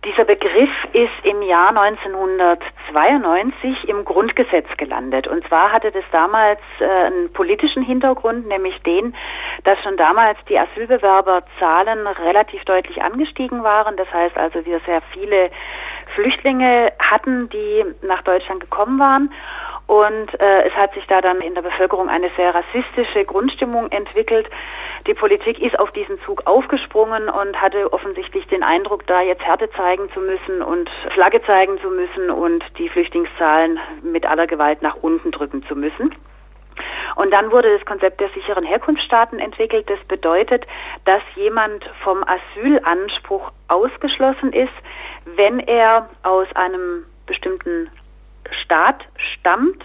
Dieser Begriff ist im Jahr 1992 im Grundgesetz gelandet. Und zwar hatte das damals einen politischen Hintergrund, nämlich den, dass schon damals die Asylbewerberzahlen relativ deutlich angestiegen waren. Das heißt also, wir sehr viele Flüchtlinge hatten, die nach Deutschland gekommen waren. Und es hat sich da dann in der Bevölkerung eine sehr rassistische Grundstimmung entwickelt. Die Politik ist auf diesen Zug aufgesprungen und hatte offensichtlich den Eindruck, da jetzt Härte zeigen zu müssen und Flagge zeigen zu müssen und die Flüchtlingszahlen mit aller Gewalt nach unten drücken zu müssen. Und dann wurde das Konzept der sicheren Herkunftsstaaten entwickelt. Das bedeutet, dass jemand vom Asylanspruch ausgeschlossen ist, wenn er aus einem bestimmten Staat stammt,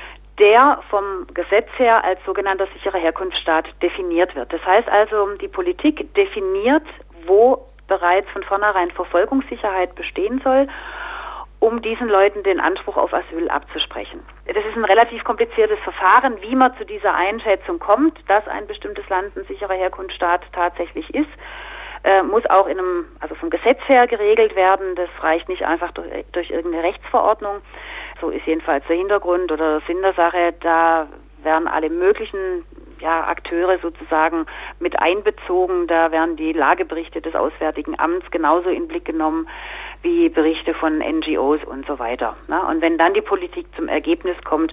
der vom Gesetz her als sogenannter sicherer Herkunftsstaat definiert wird. Das heißt also, die Politik definiert, wo bereits von vornherein Verfolgungssicherheit bestehen soll, um diesen Leuten den Anspruch auf Asyl abzusprechen. Das ist ein relativ kompliziertes Verfahren, wie man zu dieser Einschätzung kommt, dass ein bestimmtes Land ein sicherer Herkunftsstaat tatsächlich ist. Muss auch vom Gesetz her geregelt werden. Das reicht nicht einfach durch irgendeine Rechtsverordnung. So ist jedenfalls der Hintergrund oder Sinn der Sache. Da werden alle möglichen Akteure sozusagen mit einbezogen. Da werden die Lageberichte des Auswärtigen Amts genauso in den Blick genommen wie Berichte von NGOs und so weiter. Und wenn dann die Politik zum Ergebnis kommt,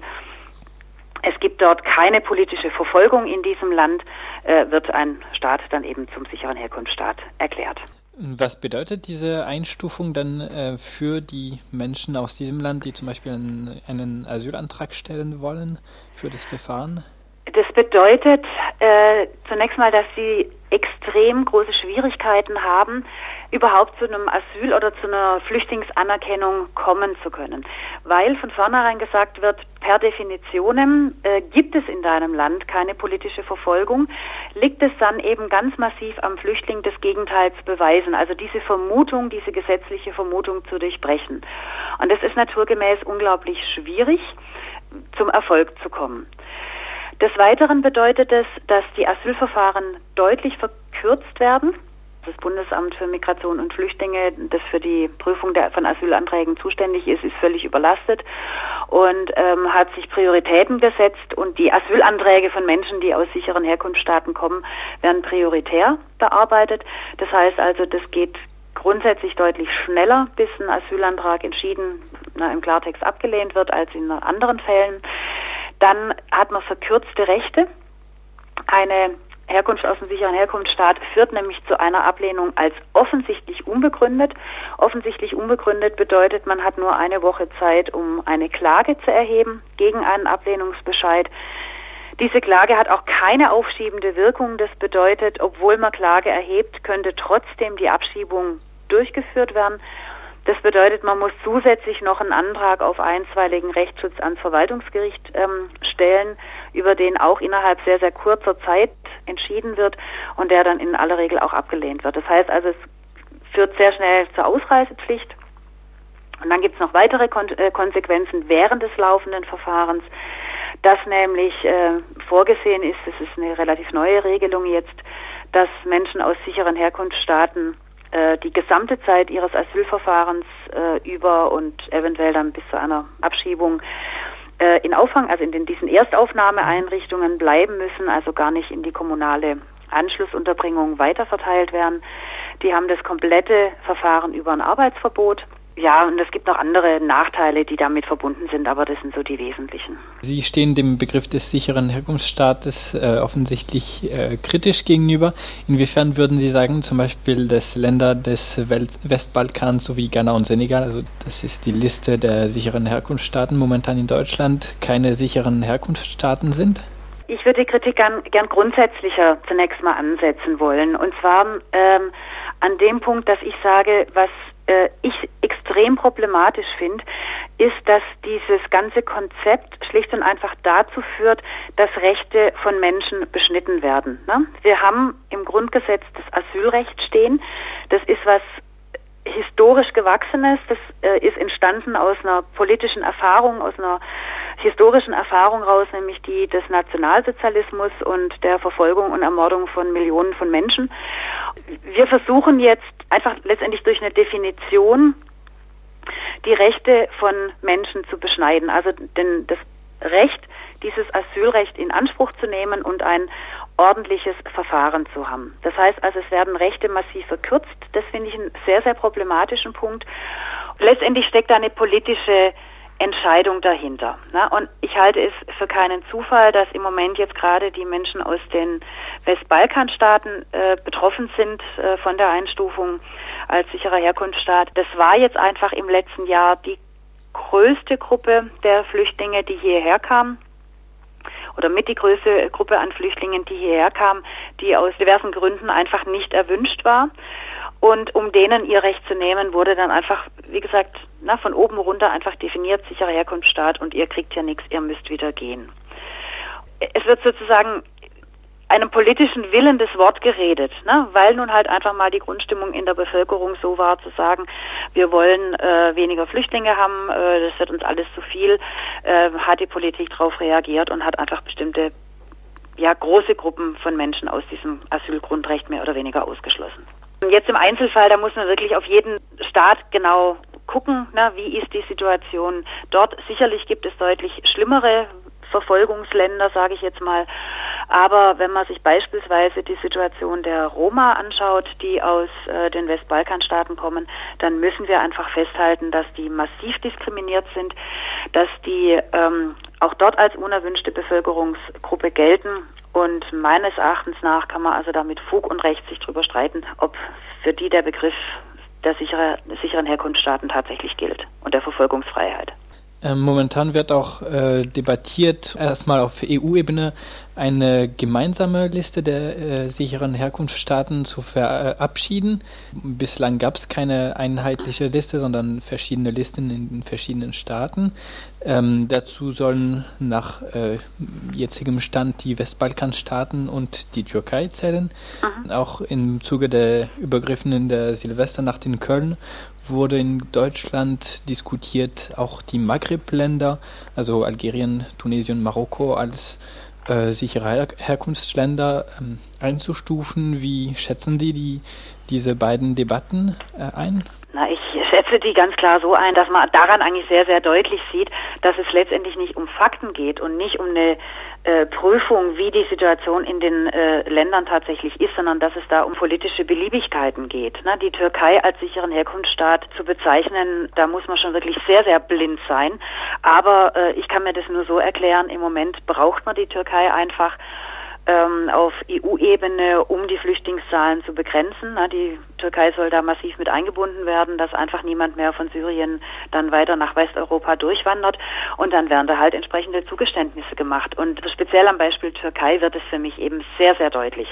es gibt dort keine politische Verfolgung in diesem Land, wird ein Staat dann eben zum sicheren Herkunftsstaat erklärt. Was bedeutet diese Einstufung dann für die Menschen aus diesem Land, die zum Beispiel einen Asylantrag stellen wollen für das Verfahren? Das bedeutet zunächst mal, dass sie extrem große Schwierigkeiten haben, überhaupt zu einem Asyl oder zu einer Flüchtlingsanerkennung kommen zu können. Weil von vornherein gesagt wird, per Definition gibt es in deinem Land keine politische Verfolgung, liegt es dann eben ganz massiv am Flüchtling, das Gegenteil zu beweisen. Also diese Vermutung, diese gesetzliche Vermutung zu durchbrechen. Und es ist naturgemäß unglaublich schwierig, zum Erfolg zu kommen. Des Weiteren bedeutet es, dass die Asylverfahren deutlich verkürzt werden. Das Bundesamt für Migration und Flüchtlinge, das für die Prüfung von Asylanträgen zuständig ist, ist völlig überlastet und hat sich Prioritäten gesetzt. Und die Asylanträge von Menschen, die aus sicheren Herkunftsstaaten kommen, werden prioritär bearbeitet. Das heißt also, das geht grundsätzlich deutlich schneller, bis ein Asylantrag entschieden im Klartext abgelehnt wird, als in anderen Fällen. Dann hat man verkürzte Rechte. Eine Herkunft aus dem sicheren Herkunftsstaat führt nämlich zu einer Ablehnung als offensichtlich unbegründet. Offensichtlich unbegründet bedeutet, man hat nur eine Woche Zeit, um eine Klage zu erheben gegen einen Ablehnungsbescheid. Diese Klage hat auch keine aufschiebende Wirkung. Das bedeutet, obwohl man Klage erhebt, könnte trotzdem die Abschiebung durchgeführt werden. Das bedeutet, man muss zusätzlich noch einen Antrag auf einstweiligen Rechtsschutz ans Verwaltungsgericht stellen, über den auch innerhalb sehr, sehr kurzer Zeit entschieden wird und der dann in aller Regel auch abgelehnt wird. Das heißt also, es führt sehr schnell zur Ausreisepflicht. Und dann gibt es noch weitere Konsequenzen während des laufenden Verfahrens, dass nämlich vorgesehen ist, das ist eine relativ neue Regelung jetzt, dass Menschen aus sicheren Herkunftsstaaten die gesamte Zeit ihres Asylverfahrens über und eventuell dann bis zu einer Abschiebung in diesen Erstaufnahmeeinrichtungen bleiben müssen, also gar nicht in die kommunale Anschlussunterbringung weiterverteilt werden. Die haben das komplette Verfahren über ein Arbeitsverbot. Ja, und es gibt noch andere Nachteile, die damit verbunden sind, aber das sind so die wesentlichen. Sie stehen dem Begriff des sicheren Herkunftsstaates offensichtlich kritisch gegenüber. Inwiefern würden Sie sagen, zum Beispiel, dass Länder des Westbalkans sowie Ghana und Senegal, also das ist die Liste der sicheren Herkunftsstaaten momentan in Deutschland, keine sicheren Herkunftsstaaten sind? Ich würde die Kritik gern grundsätzlicher zunächst mal ansetzen wollen. Und zwar an dem Punkt, dass ich sage, was ich extrem problematisch finde, ist, dass dieses ganze Konzept schlicht und einfach dazu führt, dass Rechte von Menschen beschnitten werden. Ne? Wir haben im Grundgesetz das Asylrecht stehen. Das ist was historisch Gewachsenes. Das ist entstanden aus einer politischen Erfahrung, aus einer historischen Erfahrung raus, nämlich die des Nationalsozialismus und der Verfolgung und Ermordung von Millionen von Menschen. Wir versuchen jetzt einfach letztendlich durch eine Definition die Rechte von Menschen zu beschneiden. Also das Recht, dieses Asylrecht in Anspruch zu nehmen und ein ordentliches Verfahren zu haben. Das heißt also, es werden Rechte massiv verkürzt. Das finde ich einen sehr, sehr problematischen Punkt. Letztendlich steckt da eine politische Entscheidung dahinter. Ne? Und ich halte es für keinen Zufall, dass im Moment jetzt gerade die Menschen aus den Westbalkanstaaten betroffen sind von der Einstufung als sicherer Herkunftsstaat. Das war jetzt einfach im letzten Jahr die größte Gruppe der Flüchtlinge, die hierher kamen, oder mit die größte Gruppe an Flüchtlingen, die hierher kamen, die aus diversen Gründen einfach nicht erwünscht war. Und um denen ihr Recht zu nehmen, wurde dann einfach, wie gesagt, von oben runter einfach definiert, sicherer Herkunftsstaat, und ihr kriegt ja nichts, ihr müsst wieder gehen. Es wird sozusagen einem politischen Willen das Wort geredet, ne? Weil nun halt einfach mal die Grundstimmung in der Bevölkerung so war, zu sagen, wir wollen weniger Flüchtlinge haben, das wird uns alles zu viel, hat die Politik darauf reagiert und hat einfach bestimmte, große Gruppen von Menschen aus diesem Asylgrundrecht mehr oder weniger ausgeschlossen. Und jetzt im Einzelfall, da muss man wirklich auf jeden Staat genau gucken, ne? Wie ist die Situation dort. Sicherlich gibt es deutlich schlimmere Verfolgungsländer, sage ich jetzt mal. Aber wenn man sich beispielsweise die Situation der Roma anschaut, die aus den Westbalkanstaaten kommen, dann müssen wir einfach festhalten, dass die massiv diskriminiert sind, dass die auch dort als unerwünschte Bevölkerungsgruppe gelten. Und meines Erachtens nach kann man also da mit Fug und Recht sich drüber streiten, ob für die der Begriff der sicheren Herkunftsstaaten tatsächlich gilt und der Verfolgungsfreiheit. Momentan wird auch debattiert, erstmal auf EU-Ebene eine gemeinsame Liste der sicheren Herkunftsstaaten zu verabschieden. Bislang gab es keine einheitliche Liste, sondern verschiedene Listen in den verschiedenen Staaten. Dazu sollen nach jetzigem Stand die Westbalkanstaaten und die Türkei zählen. Auch im Zuge der Übergriffen in der Silvesternacht in Köln wurde in Deutschland diskutiert, auch die Maghreb-Länder, also Algerien, Tunesien, Marokko als sichere Herkunftsländer einzustufen. Wie schätzen Sie diese beiden Debatten ein? Na, ich schätze die ganz klar so ein, dass man daran eigentlich sehr, sehr deutlich sieht, dass es letztendlich nicht um Fakten geht und nicht um eine Prüfung, wie die Situation in den Ländern tatsächlich ist, sondern dass es da um politische Beliebigkeiten geht. Ne? Die Türkei als sicheren Herkunftsstaat zu bezeichnen, da muss man schon wirklich sehr, sehr blind sein. Aber ich kann mir das nur so erklären, im Moment braucht man die Türkei einfach auf EU-Ebene, um die Flüchtlingszahlen zu begrenzen. Na, die Türkei soll da massiv mit eingebunden werden, dass einfach niemand mehr von Syrien dann weiter nach Westeuropa durchwandert, und dann werden da halt entsprechende Zugeständnisse gemacht. Und speziell am Beispiel Türkei wird es für mich eben sehr, sehr deutlich,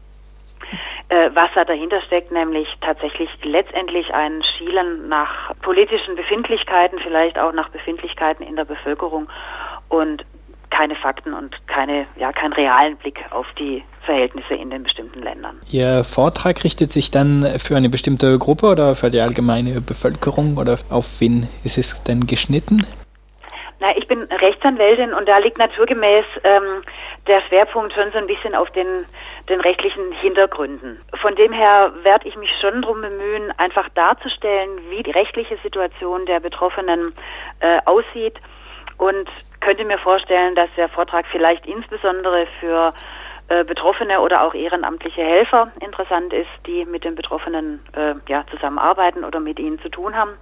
was da dahinter steckt, nämlich tatsächlich letztendlich ein Schielen nach politischen Befindlichkeiten, vielleicht auch nach Befindlichkeiten in der Bevölkerung, und keine Fakten und keinen realen Blick auf die Verhältnisse in den bestimmten Ländern. Ihr Vortrag richtet sich dann für eine bestimmte Gruppe oder für die allgemeine Bevölkerung, oder auf wen ist es denn geschnitten? Na, ich bin Rechtsanwältin, und da liegt naturgemäß der Schwerpunkt schon so ein bisschen auf den rechtlichen Hintergründen. Von dem her werde ich mich schon darum bemühen, einfach darzustellen, wie die rechtliche Situation der Betroffenen aussieht, und könnte mir vorstellen, dass der Vortrag vielleicht insbesondere für Betroffene oder auch ehrenamtliche Helfer interessant ist, die mit den Betroffenen zusammenarbeiten oder mit ihnen zu tun haben.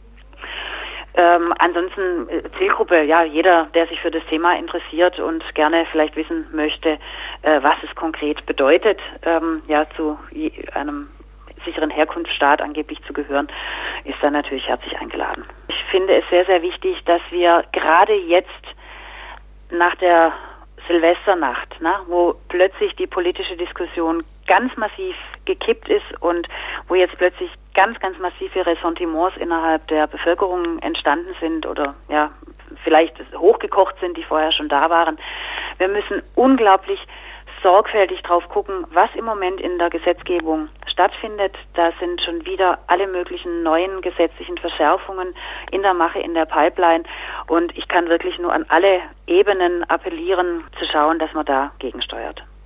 Ansonsten Zielgruppe, jeder, der sich für das Thema interessiert und gerne vielleicht wissen möchte, was es konkret bedeutet, zu einem sicheren Herkunftsstaat angeblich zu gehören, ist dann natürlich herzlich eingeladen. Ich finde es sehr, sehr wichtig, dass wir gerade jetzt nach der Silvesternacht, wo plötzlich die politische Diskussion ganz massiv gekippt ist und wo jetzt plötzlich ganz, ganz massive Ressentiments innerhalb der Bevölkerung entstanden sind oder vielleicht hochgekocht sind, die vorher schon da waren. Wir müssen unglaublich sorgfältig drauf gucken, was im Moment in der Gesetzgebung stattfindet. Da sind schon wieder alle möglichen neuen gesetzlichen Verschärfungen in der Mache, in der Pipeline, und ich kann wirklich nur an alle Ebenen appellieren, zu schauen, dass man da gegensteuert.